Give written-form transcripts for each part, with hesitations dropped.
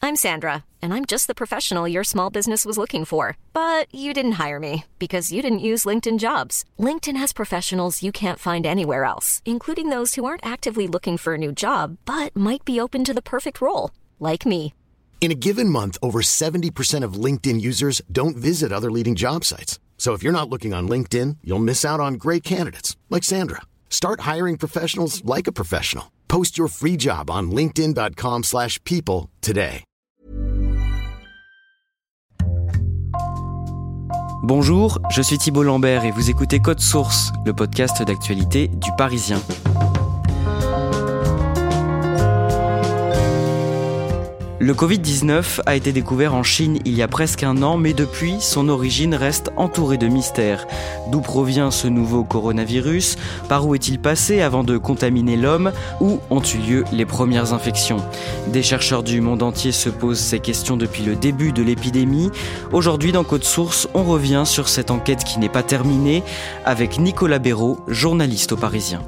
I'm Sandra, and I'm just the professional your small business was looking for. But you didn't hire me because you didn't use LinkedIn Jobs. LinkedIn has professionals you can't find anywhere else, including those who aren't actively looking for a new job, but might be open to the perfect role, like me. In a given month, over 70% of LinkedIn users don't visit other leading job sites. So if you're not looking on LinkedIn, you'll miss out on great candidates like Sandra. Start hiring professionals like a professional. Post your free job on linkedin.com/people today. Bonjour, je suis Thibault Lambert et vous écoutez Code Source, le podcast d'actualité du Parisien. Le Covid-19 a été découvert en Chine il y a presque un an, mais depuis, son origine reste entourée de mystères. D'où provient ce nouveau coronavirus ? Par où est-il passé avant de contaminer l'homme ? Où ont eu lieu les premières infections ? Des chercheurs du monde entier se posent ces questions depuis le début de l'épidémie. Aujourd'hui, dans Code Source, on revient sur cette enquête qui n'est pas terminée avec Nicolas Béraud, journaliste au Parisien.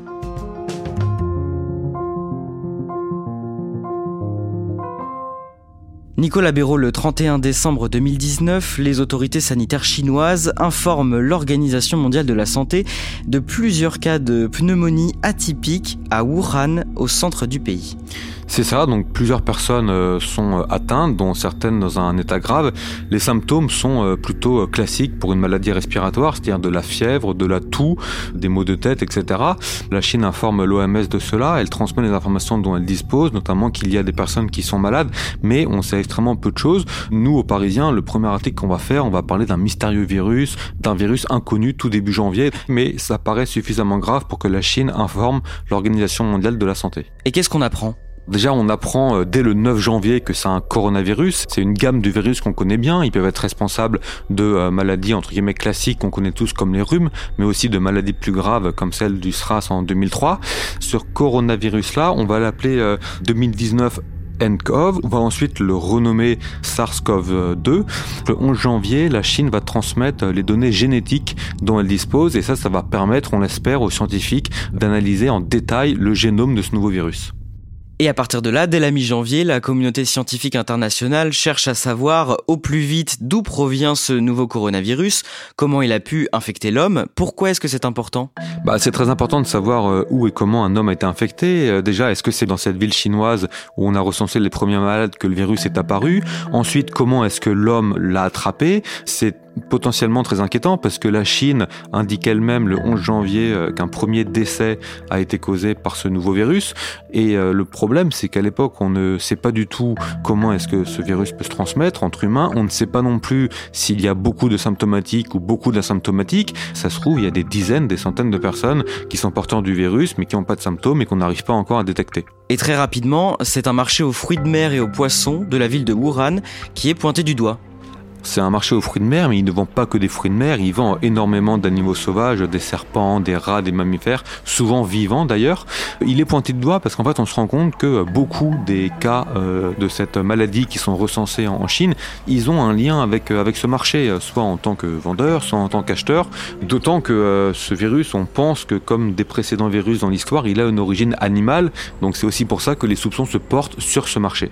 Nicolas Béraud, le 31 décembre 2019, les autorités sanitaires chinoises informent l'Organisation mondiale de la santé de plusieurs cas de pneumonie atypique à Wuhan, au centre du pays. C'est ça, donc plusieurs personnes sont atteintes, dont certaines dans un état grave. Les symptômes sont plutôt classiques pour une maladie respiratoire, c'est-à-dire de la fièvre, de la toux, des maux de tête, etc. La Chine informe l'OMS de cela, elle transmet les informations dont elle dispose, notamment qu'il y a des personnes qui sont malades, mais on sait extrêmement peu de choses. Nous, aux Parisiens, le premier article qu'on va faire, on va parler d'un mystérieux virus, d'un virus inconnu tout début janvier, mais ça paraît suffisamment grave pour que la Chine informe l'Organisation mondiale de la santé. Et qu'est-ce qu'on apprend ? Déjà, on apprend dès le 9 janvier que c'est un coronavirus. C'est une gamme de virus qu'on connaît bien. Ils peuvent être responsables de maladies entre guillemets classiques qu'on connaît tous comme les rhumes, mais aussi de maladies plus graves comme celle du SRAS en 2003. Ce coronavirus-là, on va l'appeler 2019 nCoV. On va ensuite le renommer SARS-CoV-2. Le 11 janvier, la Chine va transmettre les données génétiques dont elle dispose et ça va permettre, on l'espère, aux scientifiques d'analyser en détail le génome de ce nouveau virus. Et à partir de là, dès la mi-janvier, la communauté scientifique internationale cherche à savoir au plus vite d'où provient ce nouveau coronavirus, comment il a pu infecter l'homme, pourquoi est-ce que c'est important ? C'est très important de savoir où et comment un homme a été infecté. Déjà, est-ce que c'est dans cette ville chinoise où on a recensé les premiers malades que le virus est apparu ? Ensuite, comment est-ce que l'homme l'a attrapé ? C'est potentiellement très inquiétant parce que la Chine indique elle-même le 11 janvier qu'un premier décès a été causé par ce nouveau virus et le problème c'est qu'à l'époque on ne sait pas du tout comment est-ce que ce virus peut se transmettre entre humains, on ne sait pas non plus s'il y a beaucoup de symptomatiques ou beaucoup d'asymptomatiques, ça se trouve il y a des dizaines, des centaines de personnes qui sont porteurs du virus mais qui n'ont pas de symptômes et qu'on n'arrive pas encore à détecter. Et très rapidement, c'est un marché aux fruits de mer et aux poissons de la ville de Wuhan qui est pointé du doigt. C'est un marché aux fruits de mer, mais il ne vend pas que des fruits de mer, il vend énormément d'animaux sauvages, des serpents, des rats, des mammifères, souvent vivants d'ailleurs. Il est pointé de doigt parce qu'en fait on se rend compte que beaucoup des cas de cette maladie qui sont recensés en Chine, ils ont un lien avec ce marché, soit en tant que vendeur, soit en tant qu'acheteur. D'autant que ce virus, on pense que comme des précédents virus dans l'histoire, il a une origine animale, donc c'est aussi pour ça que les soupçons se portent sur ce marché.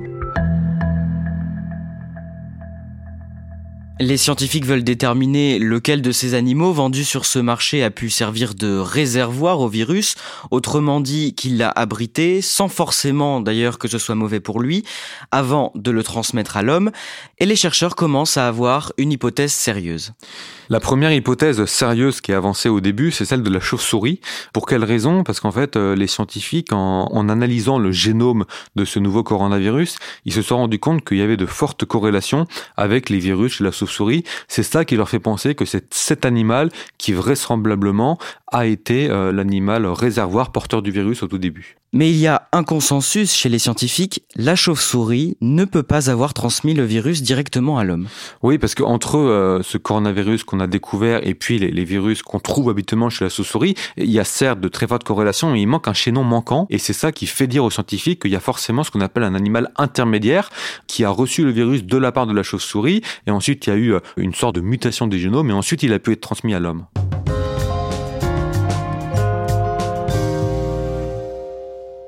Les scientifiques veulent déterminer lequel de ces animaux vendus sur ce marché a pu servir de réservoir au virus, autrement dit qu'il l'a abrité, sans forcément d'ailleurs que ce soit mauvais pour lui, avant de le transmettre à l'homme, et les chercheurs commencent à avoir une hypothèse sérieuse. La première hypothèse sérieuse qui est avancée au début, c'est celle de la chauve-souris. Pour quelle raison ? Parce qu'en fait, les scientifiques, en analysant le génome de ce nouveau coronavirus, ils se sont rendus compte qu'il y avait de fortes corrélations avec les virus chez la chauve-souris. C'est ça qui leur fait penser que c'est cet animal qui vraisemblablement a été l'animal réservoir porteur du virus au tout début. Mais il y a un consensus chez les scientifiques, la chauve-souris ne peut pas avoir transmis le virus directement à l'homme. Oui, parce qu'entre ce coronavirus qu'on a découvert et puis les virus qu'on trouve habituellement chez la chauve-souris, il y a certes de très fortes corrélations, mais il manque un chaînon manquant, et c'est ça qui fait dire aux scientifiques qu'il y a forcément ce qu'on appelle un animal intermédiaire qui a reçu le virus de la part de la chauve-souris, et ensuite il y a eu une sorte de mutation des génomes, et ensuite il a pu être transmis à l'homme.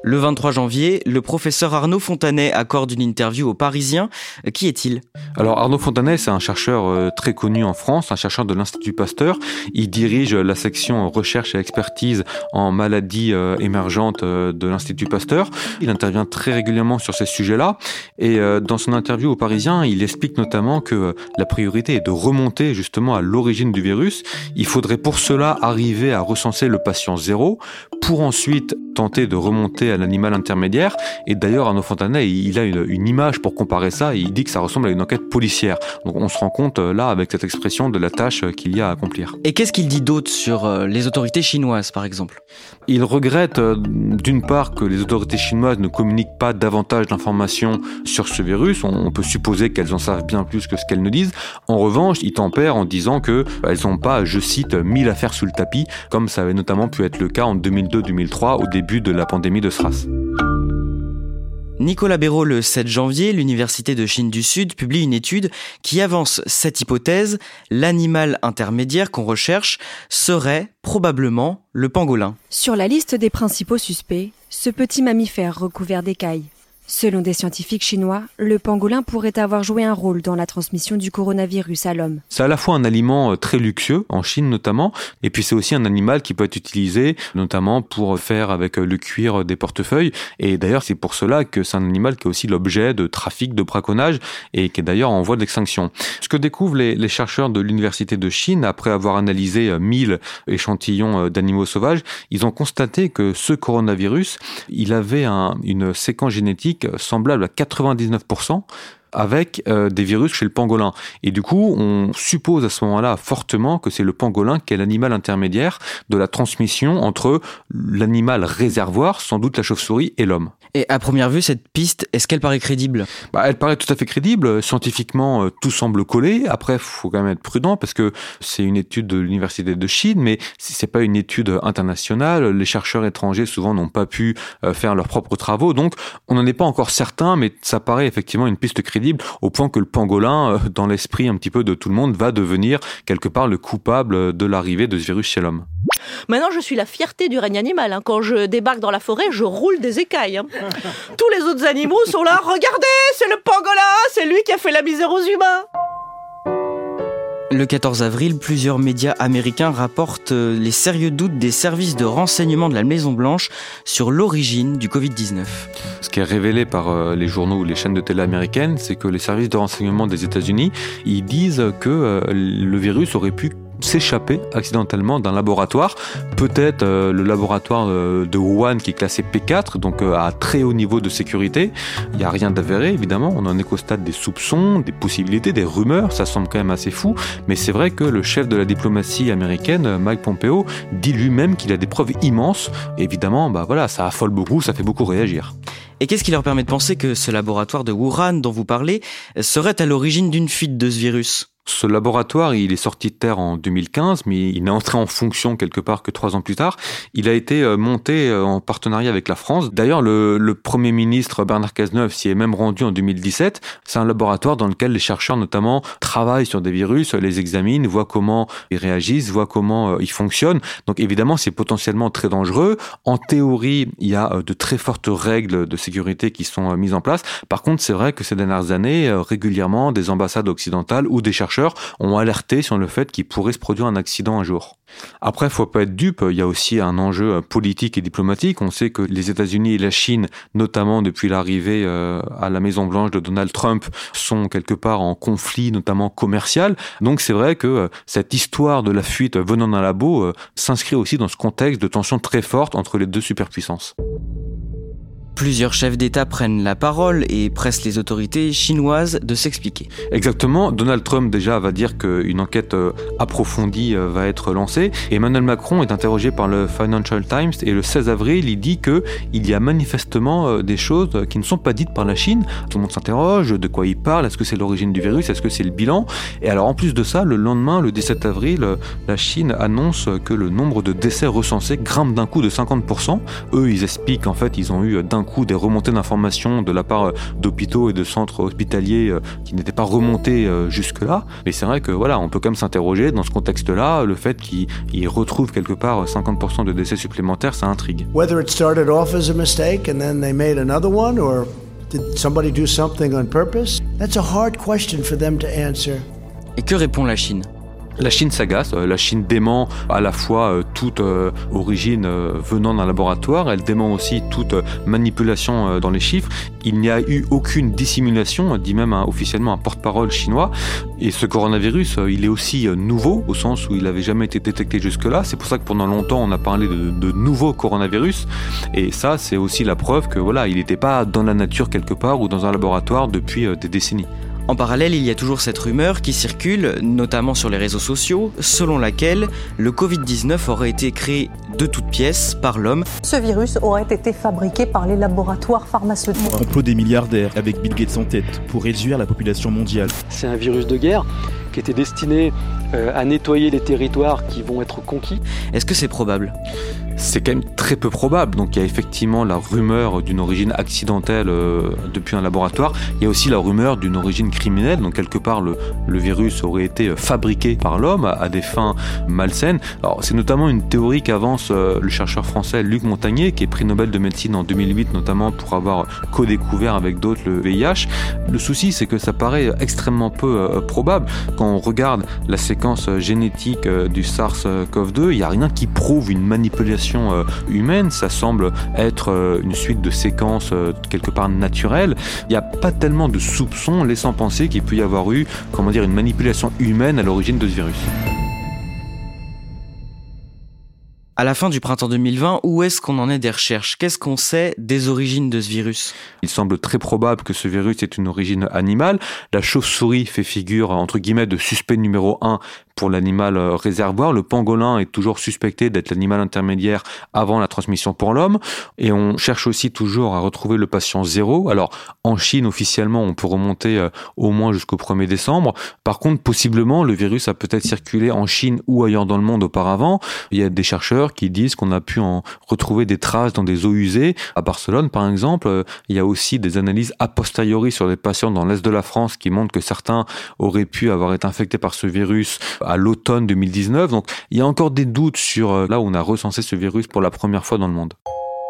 Le 23 janvier, le professeur Arnaud Fontanet accorde une interview aux Parisiens. Qui est-il ? Alors Arnaud Fontanet, c'est un chercheur très connu en France, un chercheur de l'Institut Pasteur. Il dirige la section recherche et expertise en maladies émergentes de l'Institut Pasteur. Il intervient très régulièrement sur ces sujets-là. Et dans son interview aux Parisiens, il explique notamment que la priorité est de remonter justement à l'origine du virus. Il faudrait pour cela arriver à recenser le patient zéro pour ensuite tenter de remonter à l'animal intermédiaire. Et d'ailleurs, Arnaud Fontanet, il a une image pour comparer ça, et il dit que ça ressemble à une enquête policière. Donc on se rend compte là, avec cette expression, de la tâche qu'il y a à accomplir. Et qu'est-ce qu'il dit d'autre sur les autorités chinoises, par exemple ? Il regrette d'une part que les autorités chinoises ne communiquent pas davantage d'informations sur ce virus. On peut supposer qu'elles en savent bien plus que ce qu'elles ne disent. En revanche, il tempère en disant qu'elles n'ont pas, je cite, mis l'affaire sous le tapis, comme ça avait notamment pu être le cas en 2002-2003, au début de la pandémie de SRAS. Nicolas Béraud, le 7 janvier, l'Université de Chine du Sud publie une étude qui avance cette hypothèse. L'animal intermédiaire qu'on recherche serait probablement le pangolin. Sur la liste des principaux suspects, ce petit mammifère recouvert d'écailles. Selon des scientifiques chinois, le pangolin pourrait avoir joué un rôle dans la transmission du coronavirus à l'homme. C'est à la fois un aliment très luxueux, en Chine notamment, et puis c'est aussi un animal qui peut être utilisé notamment pour faire avec le cuir des portefeuilles. Et d'ailleurs, c'est pour cela que c'est un animal qui est aussi l'objet de trafic, de braconnage, et qui est d'ailleurs en voie d'extinction. Ce que découvrent les chercheurs de l'Université de Chine, après avoir analysé 1000 échantillons d'animaux sauvages, ils ont constaté que ce coronavirus, il avait une séquence génétique semblable à 99% avec des virus chez le pangolin. Et du coup, on suppose à ce moment-là fortement que c'est le pangolin qui est l'animal intermédiaire de la transmission entre l'animal réservoir, sans doute la chauve-souris, et l'homme. Et à première vue, cette piste, est-ce qu'elle paraît crédible ? Elle paraît tout à fait crédible. Scientifiquement, tout semble coller. Après, il faut quand même être prudent parce que c'est une étude de l'Université de Chine, mais c'est pas une étude internationale. Les chercheurs étrangers, souvent, n'ont pas pu faire leurs propres travaux. Donc, on n'en est pas encore certain, mais ça paraît effectivement une piste crédible, au point que le pangolin, dans l'esprit un petit peu de tout le monde, va devenir quelque part le coupable de l'arrivée de ce virus chez l'homme. Maintenant, je suis la fierté du règne animal. Quand je débarque dans la forêt, je roule des écailles. Tous les autres animaux sont là. Regardez, c'est le pangolin, c'est lui qui a fait la misère aux humains. Le 14 avril, plusieurs médias américains rapportent les sérieux doutes des services de renseignement de la Maison-Blanche sur l'origine du Covid-19. Ce qui est révélé par les journaux ou les chaînes de télé américaines, c'est que les services de renseignement des États-Unis, ils disent que le virus aurait pu s'échapper accidentellement d'un laboratoire, peut-être le laboratoire de Wuhan qui est classé P4, donc à très haut niveau de sécurité. Il n'y a rien d'avéré, évidemment, on en est qu'au stade des soupçons, des possibilités, des rumeurs, ça semble quand même assez fou, mais c'est vrai que le chef de la diplomatie américaine, Mike Pompeo, dit lui-même qu'il a des preuves immenses. Évidemment, ça affole beaucoup, ça fait beaucoup réagir. Et qu'est-ce qui leur permet de penser que ce laboratoire de Wuhan dont vous parlez serait à l'origine d'une fuite de ce virus ? Ce laboratoire, il est sorti de terre en 2015, mais il n'est entré en fonction quelque part que 3 ans plus tard. Il a été monté en partenariat avec la France. D'ailleurs, le Premier ministre Bernard Cazeneuve s'y est même rendu en 2017. C'est un laboratoire dans lequel les chercheurs notamment travaillent sur des virus, les examinent, voient comment ils réagissent, voient comment ils fonctionnent. Donc évidemment, c'est potentiellement très dangereux. En théorie, il y a de très fortes règles de sécurité qui sont mises en place. Par contre, c'est vrai que ces dernières années, régulièrement, des ambassades occidentales ou des chercheurs ont alerté sur le fait qu'il pourrait se produire un accident un jour. Après, il ne faut pas être dupe, il y a aussi un enjeu politique et diplomatique. On sait que les États-Unis et la Chine, notamment depuis l'arrivée à la Maison-Blanche de Donald Trump, sont quelque part en conflit, notamment commercial. Donc c'est vrai que cette histoire de la fuite venant d'un labo s'inscrit aussi dans ce contexte de tension très forte entre les deux superpuissances. Plusieurs chefs d'État prennent la parole et pressent les autorités chinoises de s'expliquer. Exactement. Donald Trump déjà va dire qu'une enquête approfondie va être lancée. Et Emmanuel Macron est interrogé par le Financial Times et le 16 avril, il dit qu'il y a manifestement des choses qui ne sont pas dites par la Chine. Tout le monde s'interroge, de quoi il parle, est-ce que c'est l'origine du virus, est-ce que c'est le bilan ? Et alors en plus de ça, le lendemain, le 17 avril, la Chine annonce que le nombre de décès recensés grimpe d'un coup de 50%. Eux, ils expliquent qu'en fait, ils ont eu d'un d'un coup des remontées d'informations de la part d'hôpitaux et de centres hospitaliers qui n'étaient pas remontés jusque-là. Mais c'est vrai que voilà, on peut quand même s'interroger dans ce contexte-là, le fait qu'ils retrouvent quelque part 50% de décès supplémentaires, ça intrigue. Whether it started off as a mistake and then they made another one, or did somebody do something on purpose? That's a hard question for them to answer. Et que répond la Chine ? La Chine s'agace, la Chine dément à la fois toute origine venant d'un laboratoire, elle dément aussi toute manipulation dans les chiffres. Il n'y a eu aucune dissimulation, dit même officiellement un porte-parole chinois. Et ce coronavirus, il est aussi nouveau, au sens où il n'avait jamais été détecté jusque-là. C'est pour ça que pendant longtemps, on a parlé de nouveau coronavirus. Et ça, c'est aussi la preuve que voilà, il n'était pas dans la nature quelque part ou dans un laboratoire depuis des décennies. En parallèle, il y a toujours cette rumeur qui circule, notamment sur les réseaux sociaux, selon laquelle le Covid-19 aurait été créé de toutes pièces par l'homme. Ce virus aurait été fabriqué par les laboratoires pharmaceutiques. Un complot des milliardaires avec Bill Gates en tête pour réduire la population mondiale. C'est un virus de guerre qui était destiné à nettoyer les territoires qui vont être conquis. Est-ce que c'est probable ? C'est quand même très peu probable. Donc il y a effectivement la rumeur d'une origine accidentelle depuis un laboratoire. Il y a aussi la rumeur d'une origine criminelle. Donc quelque part le virus aurait été fabriqué par l'homme à des fins malsaines. Alors c'est notamment une théorie qu'avance le chercheur français Luc Montagnier, qui est prix Nobel de médecine en 2008 notamment pour avoir co-découvert avec d'autres le VIH. Le souci, c'est que ça paraît extrêmement peu probable. Quand on regarde la séquence génétique du SARS-CoV-2, il n'y a rien qui prouve une manipulation humaine. Ça semble être une suite de séquences quelque part naturelles. Il n'y a pas tellement de soupçons laissant penser qu'il peut y avoir eu, une manipulation humaine à l'origine de ce virus. À la fin du printemps 2020, où est-ce qu'on en est des recherches ? Qu'est-ce qu'on sait des origines de ce virus ? Il semble très probable que ce virus ait une origine animale. La chauve-souris fait figure, entre guillemets, de suspect numéro 1 pour l'animal réservoir. Le pangolin est toujours suspecté d'être l'animal intermédiaire avant la transmission pour l'homme. Et on cherche aussi toujours à retrouver le patient zéro. Alors, en Chine, officiellement, on peut remonter au moins jusqu'au 1er décembre. Par contre, possiblement, le virus a peut-être circulé en Chine ou ailleurs dans le monde auparavant. Il y a des chercheurs qui disent qu'on a pu en retrouver des traces dans des eaux usées. À Barcelone, par exemple, il y a aussi des analyses a posteriori sur des patients dans l'est de la France qui montrent que certains auraient pu avoir été infectés par ce virus à l'automne 2019. Donc, il y a encore des doutes sur là où on a recensé ce virus pour la première fois dans le monde.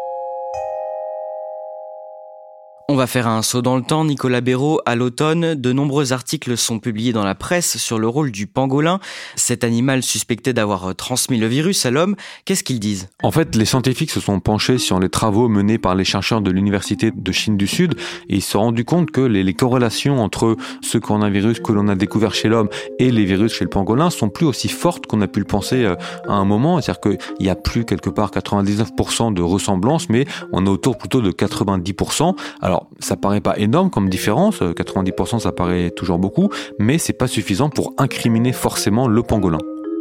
On va faire un saut dans le temps, Nicolas Béraud. À l'automne, de nombreux articles sont publiés dans la presse sur le rôle du pangolin, cet animal suspecté d'avoir transmis le virus à l'homme. Qu'est-ce qu'ils disent ? En fait, les scientifiques se sont penchés sur les travaux menés par les chercheurs de l'Université de Chine du Sud et ils se sont rendus compte que les corrélations entre ce coronavirus que l'on a découvert chez l'homme et les virus chez le pangolin sont plus aussi fortes qu'on a pu le penser à un moment. C'est-à-dire qu'il y a plus quelque part 99% de ressemblance, mais on est autour plutôt de 90%. Alors, ça paraît pas énorme comme différence, 90% ça paraît toujours beaucoup, mais c'est pas suffisant pour incriminer forcément le pangolin.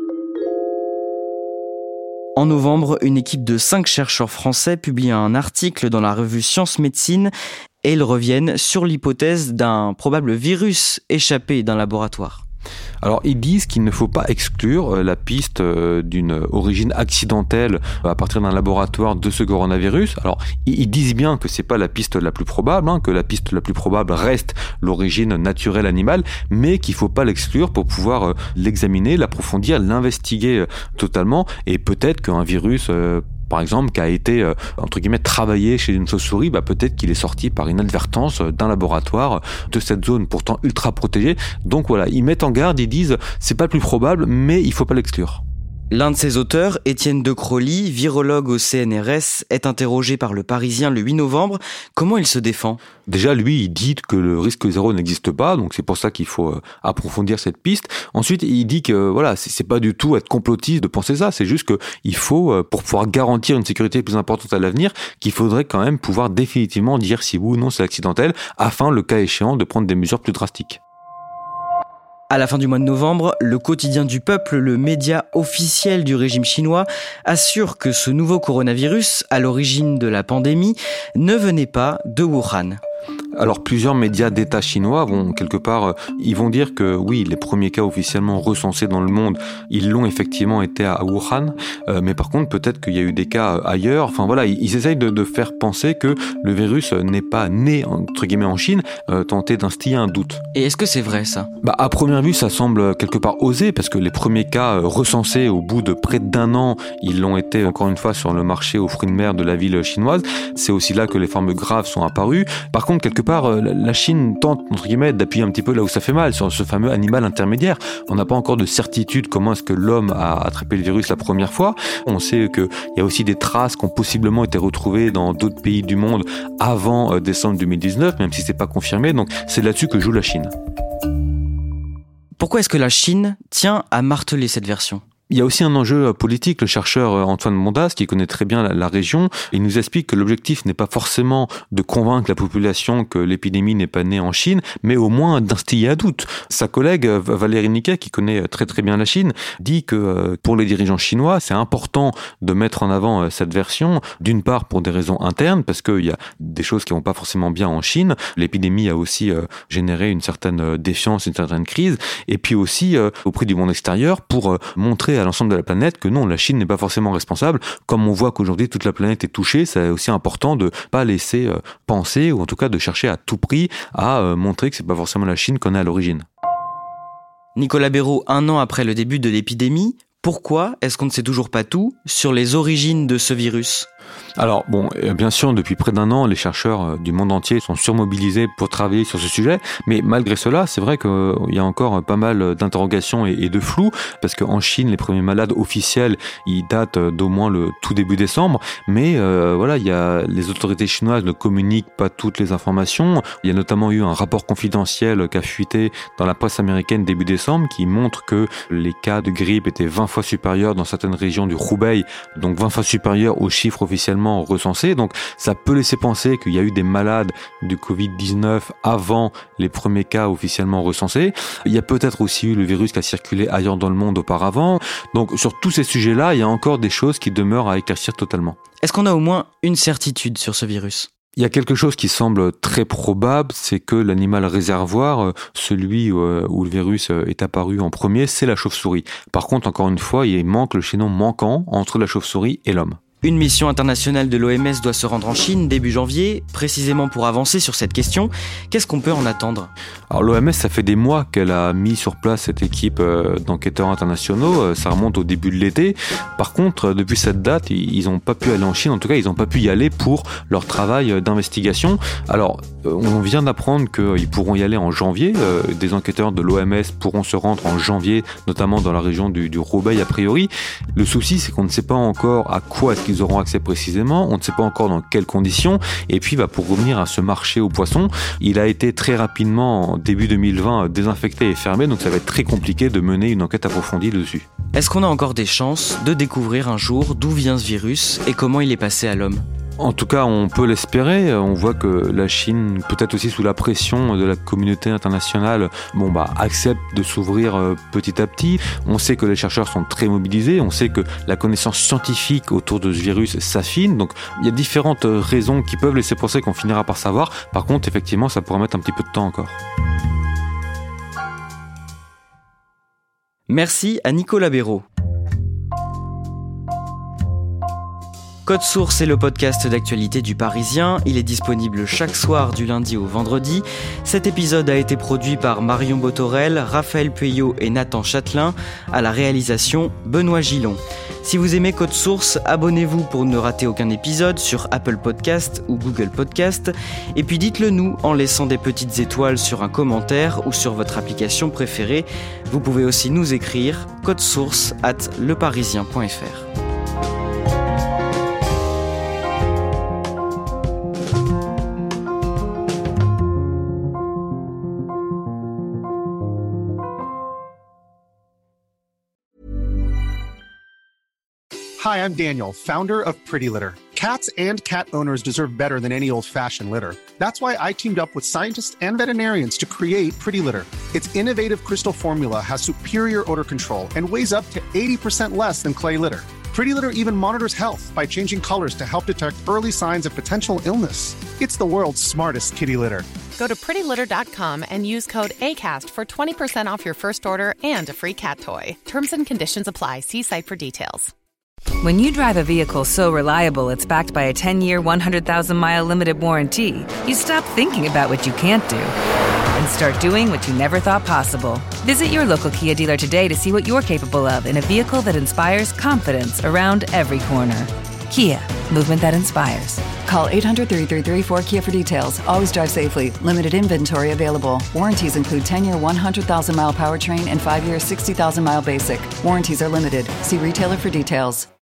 En novembre, une équipe de 5 chercheurs français publie un article dans la revue Science Médecine et ils reviennent sur l'hypothèse d'un probable virus échappé d'un laboratoire. Alors, ils disent qu'il ne faut pas exclure la piste d'une origine accidentelle à partir d'un laboratoire de ce coronavirus. Alors, ils disent bien que c'est pas la piste la plus probable, que la piste la plus probable reste l'origine naturelle animale, mais qu'il faut pas l'exclure pour pouvoir l'examiner, l'approfondir, l'investiguer totalement, et peut-être qu'un virus par exemple, qui a été, entre guillemets, travaillé chez une chauve-souris, peut-être qu'il est sorti par inadvertance d'un laboratoire de cette zone pourtant ultra protégée. Donc voilà, ils mettent en garde, ils disent, c'est pas le plus probable, mais il faut pas l'exclure. L'un de ses auteurs, Étienne de Crolly, virologue au CNRS, est interrogé par Le Parisien le 8 novembre. Comment il se défend ? Déjà, lui, il dit que le risque zéro n'existe pas, donc c'est pour ça qu'il faut approfondir cette piste. Ensuite, il dit que voilà, c'est pas du tout être complotiste de penser ça, c'est juste que il faut, pour pouvoir garantir une sécurité plus importante à l'avenir, qu'il faudrait quand même pouvoir définitivement dire si oui ou non c'est accidentel, afin, le cas échéant, de prendre des mesures plus drastiques. À la fin du mois de novembre, le quotidien du peuple, le média officiel du régime chinois, assure que ce nouveau coronavirus, à l'origine de la pandémie, ne venait pas de Wuhan. Alors plusieurs médias d'État chinois vont quelque part, ils vont dire que oui, les premiers cas officiellement recensés dans le monde, ils l'ont effectivement été à Wuhan, mais par contre peut-être qu'il y a eu des cas ailleurs. Enfin voilà, ils essayent de faire penser que le virus n'est pas né entre guillemets en Chine, tenter d'instiller un doute. Et est-ce que c'est vrai ça ? À première vue, ça semble quelque part osé parce que les premiers cas recensés au bout de près d'1 an, ils l'ont été encore une fois sur le marché aux fruits de mer de la ville chinoise. C'est aussi là que les formes graves sont apparues. Par contre, quelque part, la Chine tente, entre guillemets, d'appuyer un petit peu là où ça fait mal, sur ce fameux animal intermédiaire. On n'a pas encore de certitude comment est-ce que l'homme a attrapé le virus la première fois. On sait qu'il y a aussi des traces qui ont possiblement été retrouvées dans d'autres pays du monde avant décembre 2019, même si c'est pas confirmé. Donc c'est là-dessus que joue la Chine. Pourquoi est-ce que la Chine tient à marteler cette version ? Il y a aussi un enjeu politique. Le chercheur Antoine Mondas, qui connaît très bien la région, il nous explique que l'objectif n'est pas forcément de convaincre la population que l'épidémie n'est pas née en Chine, mais au moins d'instiller un doute. Sa collègue Valérie Niquet, qui connaît très très bien la Chine, dit que pour les dirigeants chinois, c'est important de mettre en avant cette version, d'une part pour des raisons internes, parce qu'il y a des choses qui vont pas forcément bien en Chine. L'épidémie a aussi généré une certaine défiance, une certaine crise, et puis aussi auprès du monde extérieur pour montrer à l'ensemble de la planète que non, la Chine n'est pas forcément responsable. Comme on voit qu'aujourd'hui toute la planète est touchée, c'est aussi important de pas laisser penser, ou en tout cas de chercher à tout prix à montrer que c'est pas forcément la Chine qu'on est à l'origine. Nicolas Béraud, 1 an après le début de l'épidémie, pourquoi est-ce qu'on ne sait toujours pas tout sur les origines de ce virus ? Alors bon, bien sûr, depuis près d'1 an, les chercheurs du monde entier sont surmobilisés pour travailler sur ce sujet, mais malgré cela, c'est vrai qu'il y a encore pas mal d'interrogations et de flou, parce qu'en Chine, les premiers malades officiels, ils datent d'au moins le tout début décembre, mais voilà, les autorités chinoises ne communiquent pas toutes les informations. Il y a notamment eu un rapport confidentiel qui a fuité dans la presse américaine début décembre, qui montre que les cas de grippe étaient 20 fois supérieurs dans certaines régions du Hubei, donc 20 fois supérieurs aux chiffres officiellement recensés. Donc ça peut laisser penser qu'il y a eu des malades du Covid-19 avant les premiers cas officiellement recensés. Il y a peut-être aussi eu le virus qui a circulé ailleurs dans le monde auparavant. Donc sur tous ces sujets-là, il y a encore des choses qui demeurent à éclaircir totalement. Est-ce qu'on a au moins une certitude sur ce virus ? Il y a quelque chose qui semble très probable, c'est que l'animal réservoir, celui où le virus est apparu en premier, c'est la chauve-souris. Par contre, encore une fois, il manque le chaînon manquant entre la chauve-souris et l'homme. Une mission internationale de l'OMS doit se rendre en Chine début janvier, précisément pour avancer sur cette question. Qu'est-ce qu'on peut en attendre ? Alors l'OMS, ça fait des mois qu'elle a mis sur place cette équipe d'enquêteurs internationaux. Ça remonte au début de l'été. Par contre, depuis cette date, ils n'ont pas pu aller en Chine. En tout cas, ils n'ont pas pu y aller pour leur travail d'investigation. Alors, on vient d'apprendre qu'ils pourront y aller en janvier. Des enquêteurs de l'OMS pourront se rendre en janvier, notamment dans la région du Hubei a priori. Le souci, c'est qu'on ne sait pas encore à quoi est-ce qu'ils auront accès précisément, on ne sait pas encore dans quelles conditions, et puis pour revenir à ce marché aux poissons, il a été très rapidement, en début 2020, désinfecté et fermé, donc ça va être très compliqué de mener une enquête approfondie dessus. Est-ce qu'on a encore des chances de découvrir un jour d'où vient ce virus et comment il est passé à l'homme ? En tout cas, on peut l'espérer. On voit que la Chine, peut-être aussi sous la pression de la communauté internationale, accepte de s'ouvrir petit à petit. On sait que les chercheurs sont très mobilisés. On sait que la connaissance scientifique autour de ce virus s'affine. Donc, il y a différentes raisons qui peuvent laisser penser qu'on finira par savoir. Par contre, effectivement, ça pourrait mettre un petit peu de temps encore. Merci à Nicolas Béraud. Code Source est le podcast d'actualité du Parisien. Il est disponible chaque soir du lundi au vendredi. Cet épisode a été produit par Marion Botorel, Raphaël Pueyo et Nathan Châtelain. À la réalisation, Benoît Gillon. Si vous aimez Code Source, abonnez-vous pour ne rater aucun épisode sur Apple Podcast ou Google Podcast. Et puis dites-le nous en laissant des petites étoiles sur un commentaire ou sur votre application préférée. Vous pouvez aussi nous écrire codesource@leparisien.fr. Hi, I'm Daniel, founder of Pretty Litter. Cats and cat owners deserve better than any old-fashioned litter. That's why I teamed up with scientists and veterinarians to create Pretty Litter. Its innovative crystal formula has superior odor control and weighs up to 80% less than clay litter. Pretty Litter even monitors health by changing colors to help detect early signs of potential illness. It's the world's smartest kitty litter. Go to prettylitter.com and use code ACAST for 20% off your first order and a free cat toy. Terms and conditions apply. See site for details. When you drive a vehicle so reliable it's backed by a 10-year, 100,000-mile limited warranty, you stop thinking about what you can't do and start doing what you never thought possible. Visit your local Kia dealer today to see what you're capable of in a vehicle that inspires confidence around every corner. Kia, movement that inspires. Call 800-333-4KIA for details. Always drive safely. Limited inventory available. Warranties include 10-year 100,000-mile powertrain and 5-year 60,000-mile basic. Warranties are limited. See retailer for details.